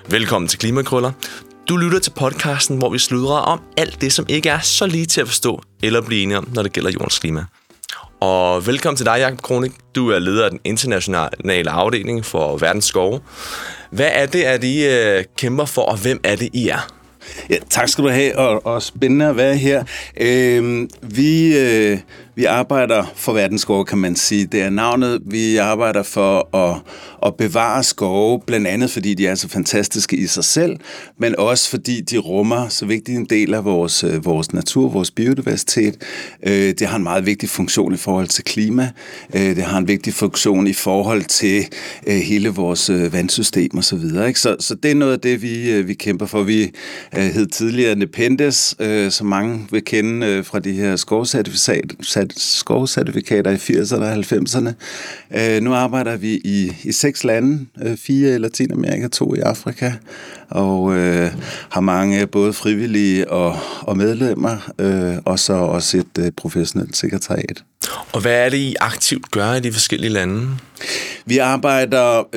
Velkommen til Klimakrøller. Du lytter til podcasten, hvor vi sludrer om alt det, som ikke er så lige til at forstå eller blive enige om, når det gælder jordens klima. Og velkommen til dig, Jakob Kronik. Du er leder af den internationale afdeling for verdens skove. Hvad er det, at I kæmper for, og hvem er det, I er? Ja, tak skal du have, og spændende at være her. Vi arbejder for verdens skove, kan man sige. Det er navnet. Vi arbejder for at bevare skove, blandt andet fordi de er så fantastiske i sig selv, men også fordi de rummer så vigtig en del af vores natur, vores biodiversitet. Det har en meget vigtig funktion i forhold til klima. Det har en vigtig funktion i forhold til hele vores vandsystem og så videre. Ikke? Så det er noget af det, vi kæmper for. Vi hed tidligere Nepenthes, som mange vil kende fra de her skovcertifikater i 80'erne og 90'erne. Nu arbejder vi i 6 lande, 4 i Latinamerika, 2 i Afrika, og har mange både frivillige og medlemmer, og så også et professionelt sekretariat. Og hvad er det, I aktivt gør i de forskellige lande? Vi arbejder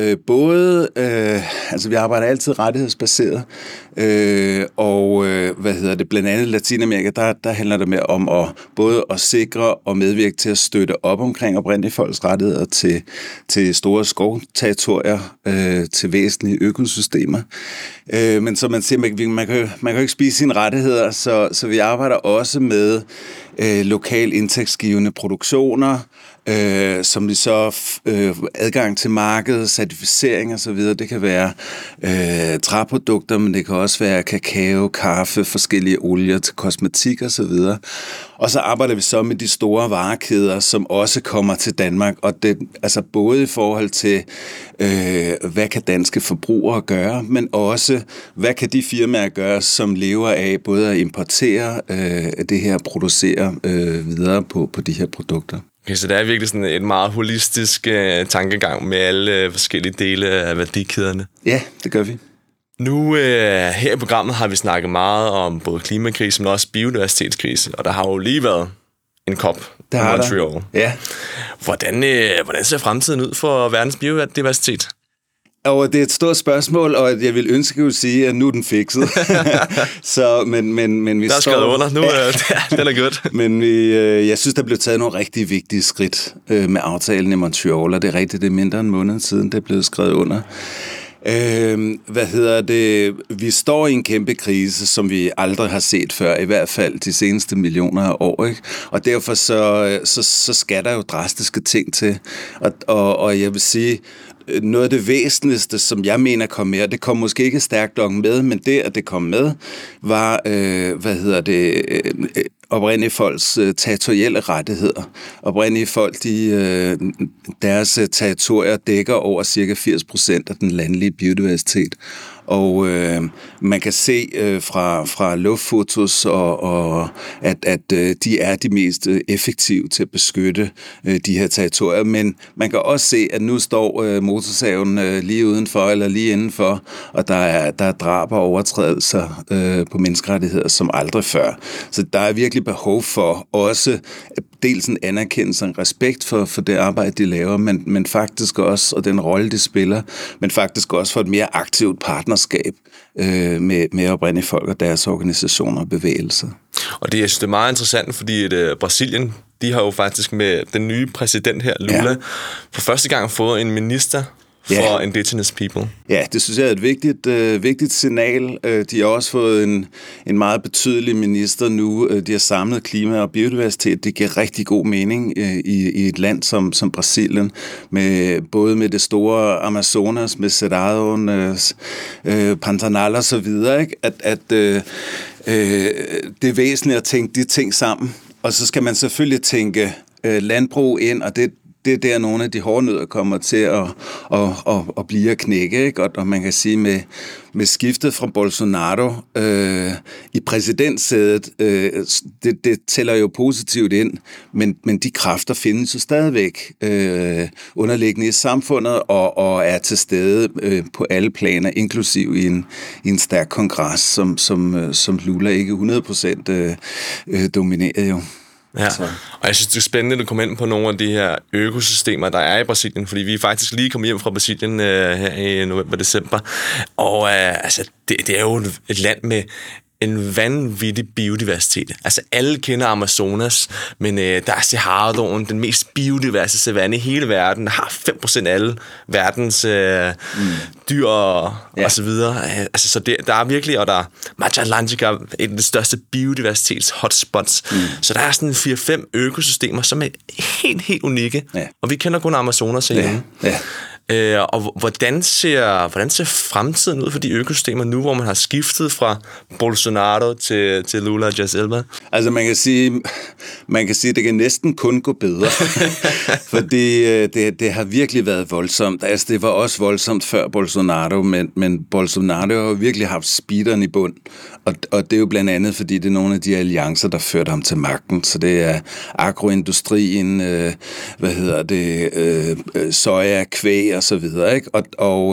vi arbejder altid rettighedsbaseret, og blandt andet i Latinamerika, der handler det mere om både at sikre og medvirke til at støtte op omkring oprindelige folks rettigheder til store skovterritorier, til væsentlige økosystemer. Men som man siger, man kan jo ikke spise sine rettigheder, så vi arbejder også med lokal indtægtsgivende produktioner, som vi så adgang til markedet, certificering og så videre. Det kan være træprodukter, men det kan også være kakao, kaffe, forskellige olier til kosmetik og så videre. Og så arbejder vi så med de store varekæder, som også kommer til Danmark, og det altså både i forhold til hvad kan danske forbrugere gøre, men også hvad kan de firmaer gøre, som lever af både at importere det her, producere videre på de her produkter. Okay, så det er virkelig sådan et meget holistisk tankegang med alle forskellige dele af værdikæderne. Ja, det gør vi. Nu her i programmet har vi snakket meget om både klimakrise, men også biodiversitetskrise, og der har jo lige været en COP i Montreal. Ja. Hvordan ser fremtiden ud for verdens biodiversitet? Og det er et stort spørgsmål, og jeg vil ønske at sige, at nu er den fikset. Så, men vi der er skrevet under. Nu den er godt. Men jeg synes, der blev taget nogle rigtig vigtige skridt med aftalen i Montreal, og det er rigtigt, det er mindre end en måned siden, det er blevet skrevet under. Vi står i en kæmpe krise, som vi aldrig har set før, i hvert fald de seneste millioner af år, ikke? Og derfor så skal der jo drastiske ting til, og jeg vil sige, noget af det væsentligste, som jeg mener kom med, det kom måske ikke stærkt nok med, men det, at det kom med, var, oprindelige folks territorielle rettigheder. Oprindelige folk, deres territorier dækker over ca. 80% af den landlige biodiversitet. Og man kan se fra luftfotos, at de er de mest effektive til at beskytte de her territorier. Men man kan også se, at nu står motorsaven lige udenfor eller lige indenfor, og der er drab og overtrædelser på menneskerettigheder som aldrig før. Så der er virkelig behov for også dels en anerkendelse og en respekt for det arbejde, de laver, men faktisk også, og den rolle, de spiller, men faktisk også for et mere aktivt partnerskab med oprindelige folk og deres organisationer og bevægelser. Og jeg synes, det er meget interessant, fordi Brasilien, de har jo faktisk med den nye præsident her, Lula, for første gang fået en minister for indigenous people. Ja, det synes jeg er et vigtigt signal. De har også fået en meget betydelig minister nu. De har samlet klima og biodiversitet. Det giver rigtig god mening i et land som Brasilien, både med det store Amazonas, med Cerradoen, Pantanal og så videre, ikke? At det er væsentligt at tænke de ting sammen. Og så skal man selvfølgelig tænke landbrug ind, og det er der nogle af de hårde nødder kommer til at blive at knække, ikke? Og man kan sige med skiftet fra Bolsonaro i præsidentsædet, det tæller jo positivt ind, men de kræfter findes jo stadigvæk underliggende i samfundet og er til stede på alle planer, inklusiv i en stærk kongres, som Lula ikke 100% dominerer jo. Ja, og jeg synes, det er spændende, at du kommer ind på nogle af de her økosystemer, der er i Brasilien, fordi vi er faktisk lige kommet hjem fra Brasilien her i november-december, og det er jo et land med en vanvittig biodiversitet. Altså, alle kender Amazonas, men der er Cerradoen, den mest biodiverse savanne i hele verden. Der har 5% af alle verdens dyr og så videre. Altså, så der er virkelig, og der er Mata Atlântica, et af de største biodiversitets-hotspots. Så der er sådan 4-5 økosystemer, som er helt unikke. Ja. Og vi kender kun Amazonas herhjemme. Ja. Og hvordan ser fremtiden ud for de økosystemer nu, hvor man har skiftet fra Bolsonaro til Lula da Silva? Altså man kan sige, det kan næsten kun gå bedre, fordi det har virkelig været voldsomt. Altså det var også voldsomt før Bolsonaro, men Bolsonaro har jo virkelig haft speederen i bund, og det er jo blandt andet, fordi det er nogle af de alliancer, der førte ham til magten. Så det er agroindustrien, soja, kvæg og så videre, ikke? Og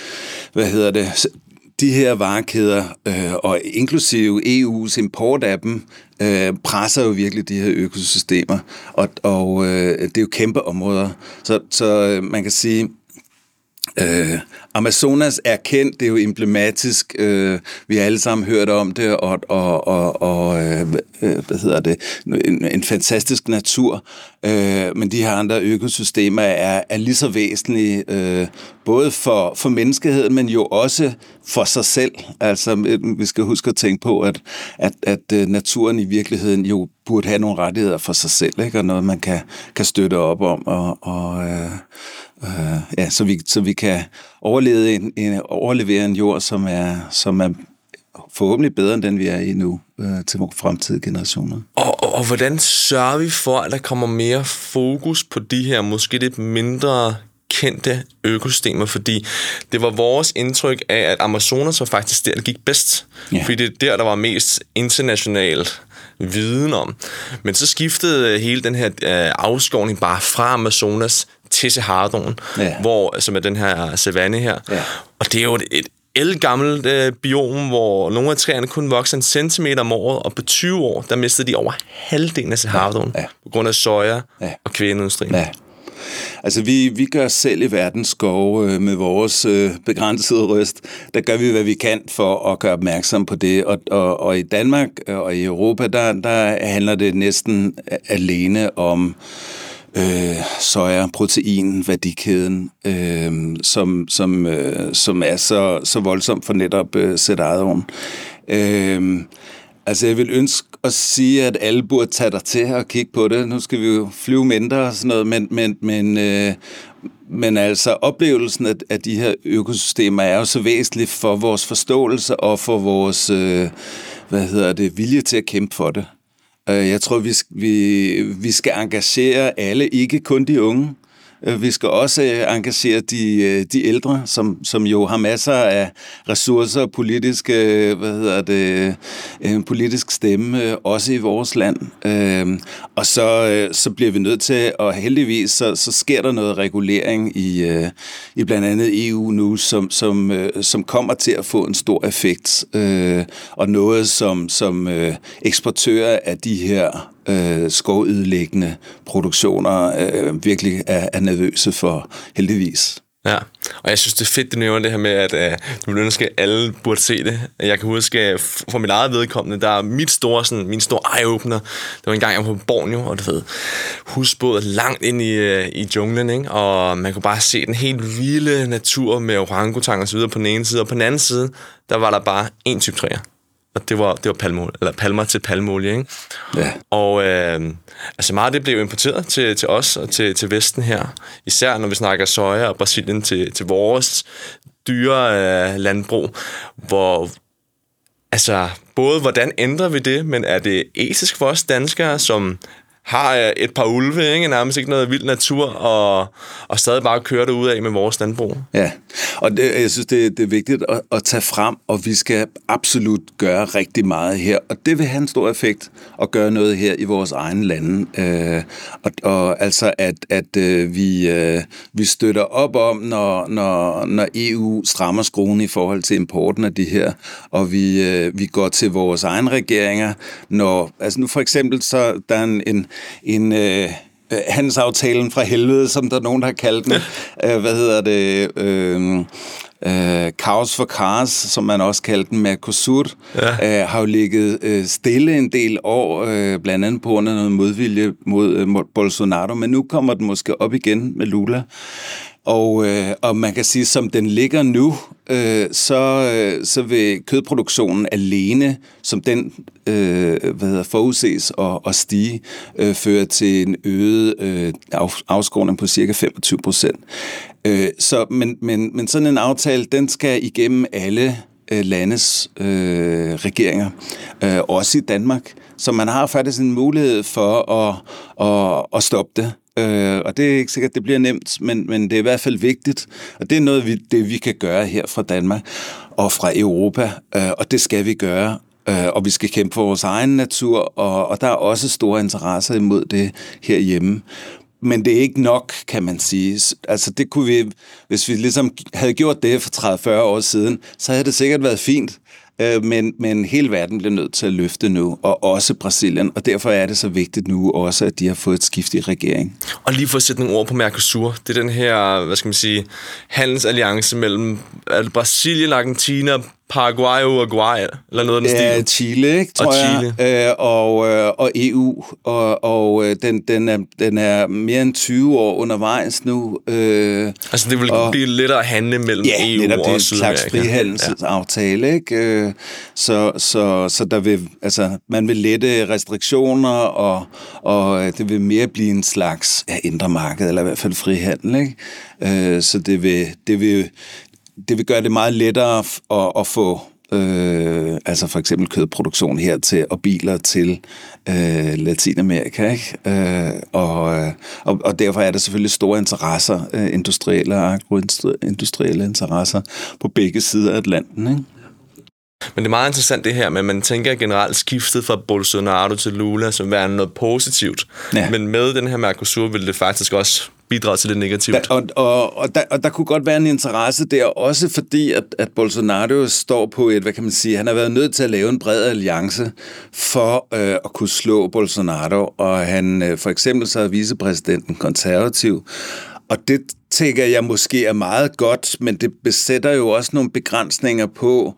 de her varekæder, og inklusive EU's import af dem, presser jo virkelig de her økosystemer, og det er jo kæmpe områder. Så man kan sige, Amazonas er kendt, det er jo emblematisk, vi har alle sammen hørt om det, og en fantastisk natur, men de her andre økosystemer er lige så væsentlige, både for menneskeheden, men jo også for sig selv. Altså, vi skal huske at tænke på, at naturen i virkeligheden jo burde have nogle rettigheder for sig selv, ikke? Og noget, man kan støtte op om, så vi kan overlevere en jord, som er forhåbentlig bedre end den, vi er i nu, til vores fremtidige generationer. Og hvordan sørger vi for, at der kommer mere fokus på de her måske lidt mindre kendte økosystemer, fordi det var vores indtryk af, at Amazonas var faktisk der, det gik bedst. Ja. Fordi det er der var mest international viden om. Men så skiftede hele den her afskovning bare fra Amazonas til Cerradoen, som er den her savanne her. Ja. Og det er jo et ældgammelt biom, hvor nogle af træerne kun vokser 1 centimeter om året, og på 20 år, der mistede de over halvdelen af Cerradoen, på grund af soja og kvægindustrien. Ja. Altså, vi gør selv i verdens skove med vores begrænsede røst. Der gør vi, hvad vi kan for at gøre opmærksom på det. Og i Danmark og i Europa, der handler det næsten alene om soja, protein, værdikæden, som er så voldsomt for netop Cerradoen. Altså, jeg vil ønske at sige, at alle burde tage dig til og kigge på det. Nu skal vi jo flyve mindre og sådan noget, men altså oplevelsen af de her økosystemer er jo så væsentligt for vores forståelse og for vores vilje til at kæmpe for det. Jeg tror, vi skal engagere alle, ikke kun de unge. Vi skal også engagere de ældre, som jo har masser af ressourcer og politisk stemme, også i vores land. Og så bliver vi nødt til, og heldigvis så sker der noget regulering i blandt andet EU nu, som kommer til at få en stor effekt, og noget som eksportører af de her skovødelæggende produktioner virkelig er nervøse for, heldigvis. Ja, og jeg synes, det er fedt, du nævner det her med, at du vil ønske, at alle burde se det. Jeg kan huske, for mit eget vedkommende, der er min store eye-opener. Det var en gang, jeg var på Borneo, og du ved, husbåd langt ind i junglen, ikke? Og man kunne bare se den helt vilde natur med orangutang og så videre på den ene side, og på den anden side, der var der bare én type træer. Og det var palmer til palmeolie, ikke? Ja. Og altså meget af det blev importeret til os og til Vesten her. Især når vi snakker soja og Brasilien til vores dyre landbrug. Hvor, altså, både hvordan ændrer vi det, men er det etisk for os danskere, som har et par ulve, ikke? Nærmest ikke noget vild natur, og stadig bare kører det ud af med vores landbrug. Ja, og jeg synes, det er vigtigt at tage frem, og vi skal absolut gøre rigtig meget her, og det vil have en stor effekt at gøre noget her i vores egne lande. Og altså, at vi støtter op om, når EU strammer skruen i forhold til importen af de her, og vi går til vores egne regeringer, altså nu for eksempel, så der er handelsaftalen fra helvede, som der er nogen, der har kaldt den. Chaos for Cars, som man også kaldte den, Mercosur, har jo ligget stille en del år, blandt andet på grund af noget modvilje mod Bolsonaro, men nu kommer den måske op igen med Lula. Og man kan sige, som den ligger nu, så vil kødproduktionen alene, som den forudses at stige, føre til en øget afskovning på cirka 25%. Men sådan en aftale, den skal igennem alle landes regeringer, også i Danmark. Så man har faktisk en mulighed for at stoppe det. Og det er ikke sikkert, det bliver nemt, men det er i hvert fald vigtigt. Og det er noget, vi kan gøre her fra Danmark og fra Europa, og det skal vi gøre. Og vi skal kæmpe for vores egen natur, og der er også store interesser imod det herhjemme. Men det er ikke nok, kan man sige. Altså det kunne vi, hvis vi ligesom havde gjort det for 30-40 år siden, så havde det sikkert været fint. Men hele verden bliver nødt til at løfte nu, og også Brasilien, og derfor er det så vigtigt nu også, at de har fået et skift i regering. Og lige for at sætte nogle ord på Mercosur, det er den her, hvad skal man sige, handelsalliance mellem Brasilien, Argentina, Paraguay og Uruguay, eller noget af den stil. Ja, Chile, ikke, tror jeg. Og EU, og den er mere end 20 år undervejs nu. Altså det vil blive lettere at handle mellem EU og Sydamerika. Ja, det er en slags frihandelsaftale, ikke? Så der vil, altså, man vil lette restriktioner, og det vil mere blive en slags indre marked, eller i hvert fald frihandel, ikke? Så det vil gøre det meget lettere at få altså for eksempel kødproduktion hertil og biler til Latinamerika, ikke? Og derfor er der selvfølgelig store interesser, industrielle og agroindustrielle interesser på begge sider af Atlanten, ikke? Men det er meget interessant det her, men man tænker generelt skiftet fra Bolsonaro til Lula som værende noget positivt. Ja. Men med den her Mercosur vil det faktisk også bidrage til det negativt. Og der kunne godt være en interesse der, også fordi, at Bolsonaro står på et, hvad kan man sige, han har været nødt til at lave en bred alliance for at kunne slå Bolsonaro, og han for eksempel så er vicepræsidenten konservativ, og det tænker jeg måske er meget godt, men det besætter jo også nogle begrænsninger på,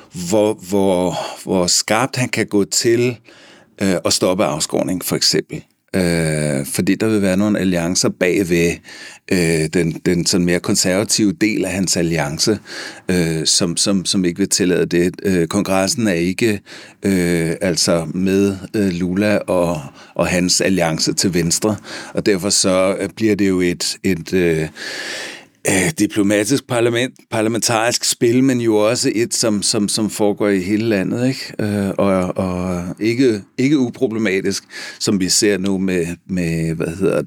hvor skarpt han kan gå til at stoppe afskovning, for eksempel. Fordi der vil være nogle alliancer bagved den sådan mere konservative del af hans alliance, som ikke vil tillade det. Kongressen er ikke altså med Lula og hans alliance til venstre, og derfor så bliver det jo et diplomatisk parlamentarisk spil, men jo også et, som foregår i hele landet, ikke? Og ikke uproblematisk, som vi ser nu med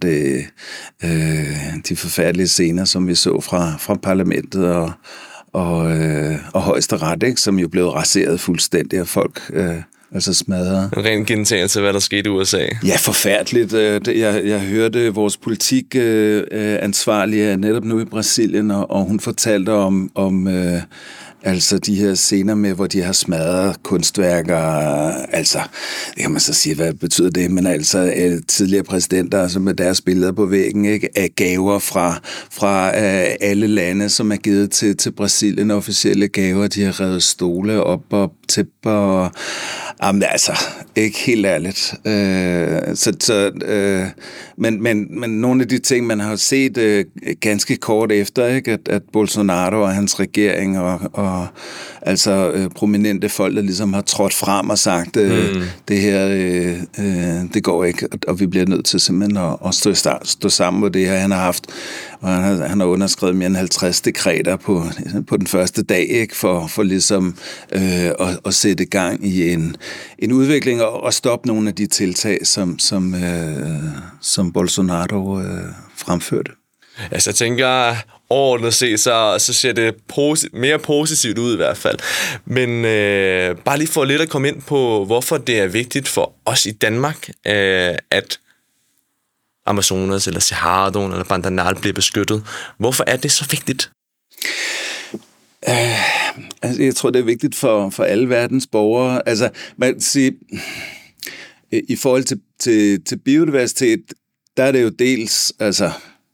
de forfærdelige scener, som vi så fra parlamentet og højesteret, ikke? Som jo blev raseret fuldstændig af folk. Altså smadret. En ren gentagelse af, hvad der skete i USA. Ja, forfærdeligt. Jeg hørte vores politikansvarlige netop nu i Brasilien, og hun fortalte om altså de her scener med, hvor de har smadret kunstværker, altså, det kan man så sige, hvad betyder det, men altså tidligere præsidenter, altså med deres billeder på væggen, ikke, af gaver fra alle lande, som er givet til Brasilien, officielle gaver, de har revet stole op og tæpper, og jamen altså, ikke helt ærligt. Men nogle af de ting, man har set ganske kort efter, ikke, at Bolsonaro og hans regering og altså prominente folk, der ligesom har trådt frem og sagt, det her, det går ikke, og vi bliver nødt til simpelthen at stå sammen med det her, han har haft. Og han har underskrevet mere end 50 dekreter på den første dag, ikke, for ligesom at sætte gang i en udvikling og stoppe nogle af de tiltag, som Bolsonaro fremførte. Altså jeg tænker, overordnet set, så ser det mere positivt ud i hvert fald. Men bare lige for lidt at komme ind på, hvorfor det er vigtigt for os i Danmark, at Amazonas eller Cerrado eller Pantanal bliver beskyttet. Hvorfor er det så vigtigt? Altså, jeg tror, det er vigtigt for alle verdens borgere. Altså, man kan sige, I forhold til biodiversitet, der er det jo dels, altså,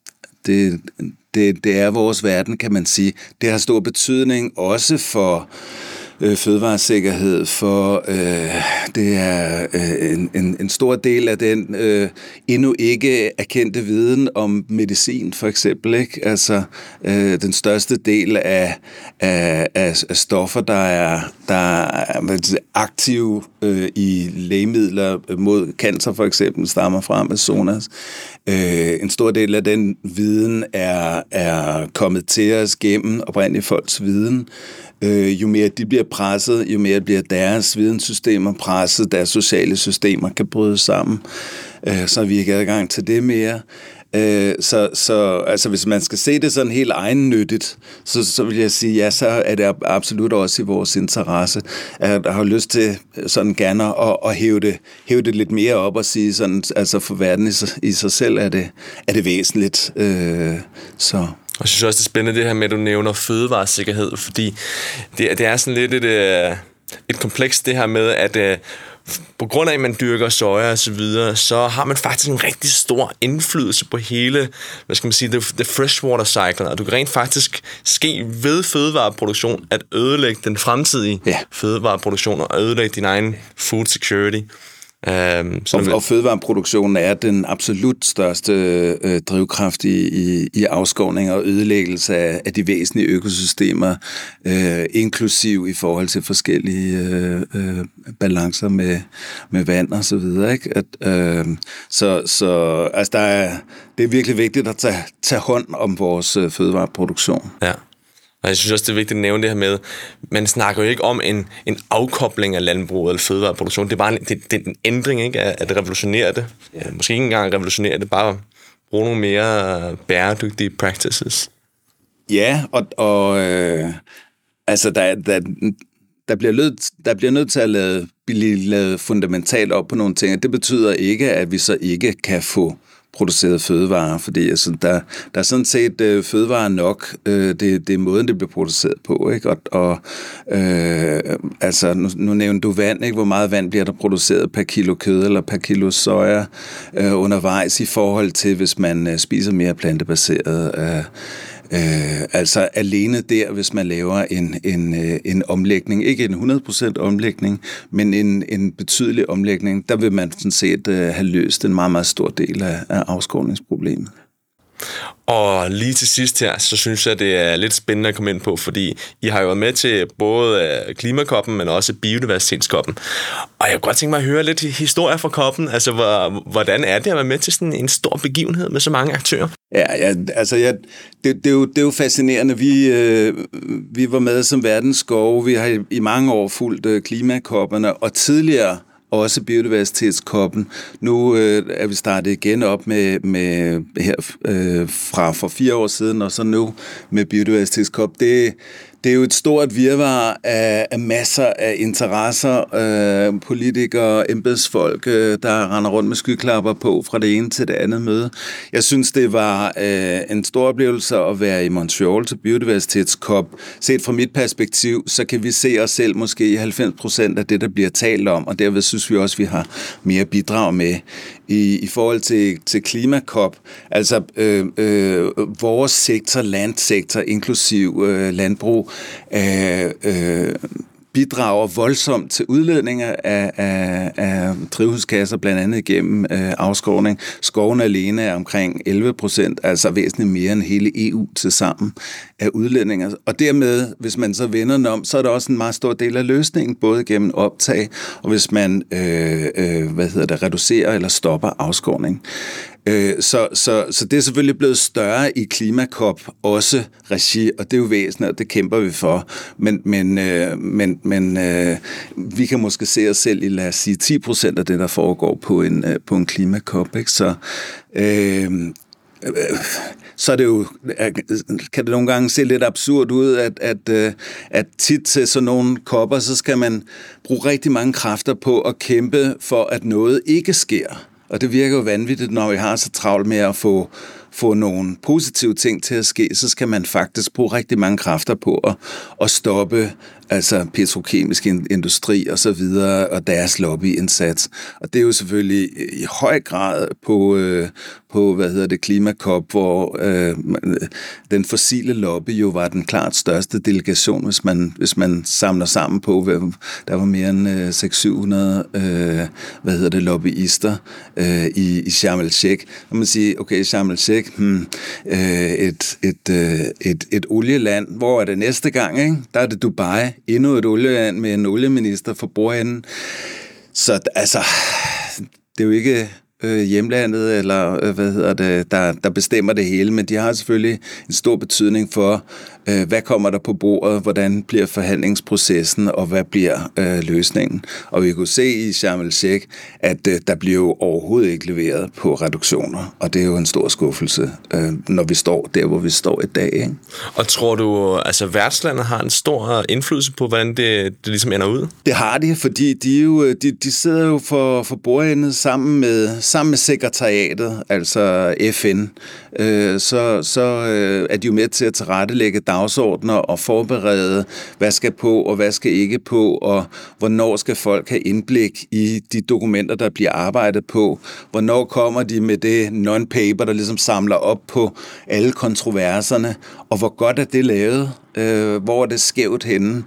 det er vores verden, kan man sige. Det har stor betydning også for fødevaresikkerhed, for det er en stor del af den endnu ikke erkendte viden om medicin, for eksempel, ikke? Altså, den største del af stoffer, der er aktive i lægemidler mod cancer, for eksempel, stammer fra Amazonas. En stor del af den viden er kommet til os gennem oprindelige folks viden. Jo mere de bliver presset, jo mere bliver deres videnssystemer presset, deres sociale systemer kan bryde sammen, så har vi ikke adgang til det mere. Så altså, hvis man skal se det sådan helt egennyttigt, så vil jeg sige, ja, så er det absolut også i vores interesse. Jeg har lyst til sådan gerne at hæve det lidt mere op og sige sådan, altså for verden i sig selv er det væsentligt. Så. Og jeg synes også, det er spændende det her med, at du nævner fødevaresikkerhed, fordi det er sådan lidt et kompleks det her med, at på grund af, at man dyrker soja og så videre, så har man faktisk en rigtig stor indflydelse på hele, hvad skal man sige, the freshwater cycle, og du kan rent faktisk ske ved fødevareproduktion at ødelægge den fremtidige fødevareproduktion og ødelægge din egen food security. Og fødevareproduktionen er den absolut største drivkraft i afskovning og ødelæggelse af de væsentlige økosystemer, inklusiv i forhold til forskellige balancer med vand og så videre. Ikke? Så altså det er virkelig vigtigt at tage hånd om vores fødevareproduktion. Ja. Og jeg synes også, det er vigtigt at nævne det her med, man snakker jo ikke om en afkobling af landbruget eller fødevareproduktion. Det er bare det er en ændring, ikke? At revolutionere det. Ja. Måske ikke engang revolutionere det, bare bruge nogle mere bæredygtige practices. Ja, og altså der bliver nødt til at blive lavet fundamentalt op på nogle ting. Det betyder ikke, at vi så ikke kan få produceret fødevarer, fordi altså, der er sådan set fødevarer nok. Det er måden, det bliver produceret på, ikke? Og altså, nu nævnte du vand, ikke? Hvor meget vand bliver der produceret per kilo kød eller per kilo soja undervejs i forhold til, hvis man spiser mere plantebaseret. Altså alene der, hvis man laver en omlægning, ikke en 100% omlægning, men en betydelig omlægning, der vil man sådan set have løst en meget, meget stor del af afskovningsproblemet. Og lige til sidst her, så synes jeg, det er lidt spændende at komme ind på, fordi I har jo været med til både klimakoppen, men også biodiversitetskoppen. Og jeg kunne godt tænke mig at høre lidt historie fra koppen. Altså, hvordan er det at være med til sådan en stor begivenhed med så mange aktører? Det er jo fascinerende. Vi var med som verdens skove. Vi har i mange år fulgt klimakopperne, og tidligere også biodiversitetskoppen. Nu er vi startet igen op med her fra for 4 år siden, og så nu med biodiversitetskop. Det er jo et stort virvar af masser af interesser, politikere, embedsfolk, der render rundt med skyklapper på fra det ene til det andet møde. Jeg synes, det var en stor oplevelse at være i Montreal til biodiversitetskop. Set fra mit perspektiv, så kan vi se os selv måske i 90% af det, der bliver talt om, og derved synes vi også, at vi har mere bidrag med. I forhold til klimakop, altså vores sektor, landsektor, inklusiv landbrug, bidrager voldsomt til udledninger af drivhusgasser, blandt andet igennem afskovning. Skoven alene er omkring 11%, altså væsentligt mere end hele EU til sammen af udledninger. Og dermed, hvis man så vender den om, så er der også en meget stor del af løsningen, både gennem optag, og hvis man reducerer eller stopper afskovning. Så det er selvfølgelig blevet større i klimakop også regi, og det er jo væsentligt, og det kæmper vi for. Men vi kan måske se os selv i, lad os sige, 10% af det, der foregår på en klimakop, ikke? Så er det jo, kan det nogle gange se lidt absurd ud, at tit til sådan nogle kopper, så skal man bruge rigtig mange kræfter på at kæmpe for, at noget ikke sker. Og det virker jo vanvittigt, når vi har så travlt med at få få nogle positive ting til at ske, så skal man faktisk bruge rigtig mange kræfter på at stoppe altså petrokemisk industri og så videre, og deres lobbyindsats. Og det er jo selvfølgelig i høj grad på Klimakop, hvor den fossile lobby jo var den klart største delegation, hvis man samler sammen på, der var mere end 600-700 lobbyister i Sharm el-Sheikh. Og man siger, okay, Sharm el-Sheikh, et olieland, hvor er det næste gang, ikke? Der er det Dubai, endnu et olieland med en olieminister for bordenden. Så altså, det er jo ikke hjemlandet, eller der bestemmer det hele, men de har selvfølgelig en stor betydning for, hvad kommer der på bordet, hvordan bliver forhandlingsprocessen, og hvad bliver løsningen. Og vi kunne se i Sharm el-Sheikh, at der bliver jo overhovedet ikke leveret på reduktioner, og det er jo en stor skuffelse, når vi står der, hvor vi står i dag. Ikke? Og tror du, altså værtslandet har en stor indflydelse på, hvordan det ligesom ender ud? Det har de, fordi de sidder jo for bordendet sammen med sekretariatet, altså FN, så er de jo med til at tilrettelægge dagsordner og forberede, hvad skal på og hvad skal ikke på, og hvornår skal folk have indblik i de dokumenter, der bliver arbejdet på. Hvornår kommer de med det non-paper, der ligesom samler op på alle kontroverserne, og hvor godt er det lavet? Hvor er det skævt henne?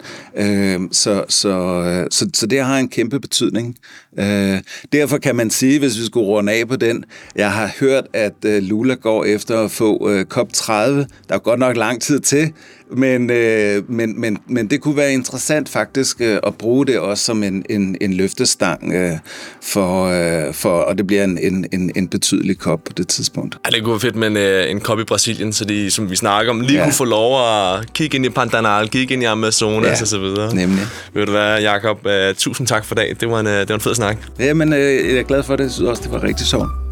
Så det har en kæmpe betydning. Derfor kan man sige, hvis vi skulle runde af på den, jeg har hørt, at Lula går efter at få COP30. Der er godt nok lang tid til, men det kunne være interessant faktisk at bruge det også som en løftestang og det bliver en betydelig COP på det tidspunkt. Ja, det kunne være fedt med en COP i Brasilien, så de, som vi snakker om, lige kunne få lov at kigge ind i Pantanal, kigge ind i Amazonas og så videre. Nemlig. Ved du hvad, Jakob, tusind tak for dag. Det var en fed snak. Jamen, jeg er glad for det. Jeg synes også, det var rigtig sjovt.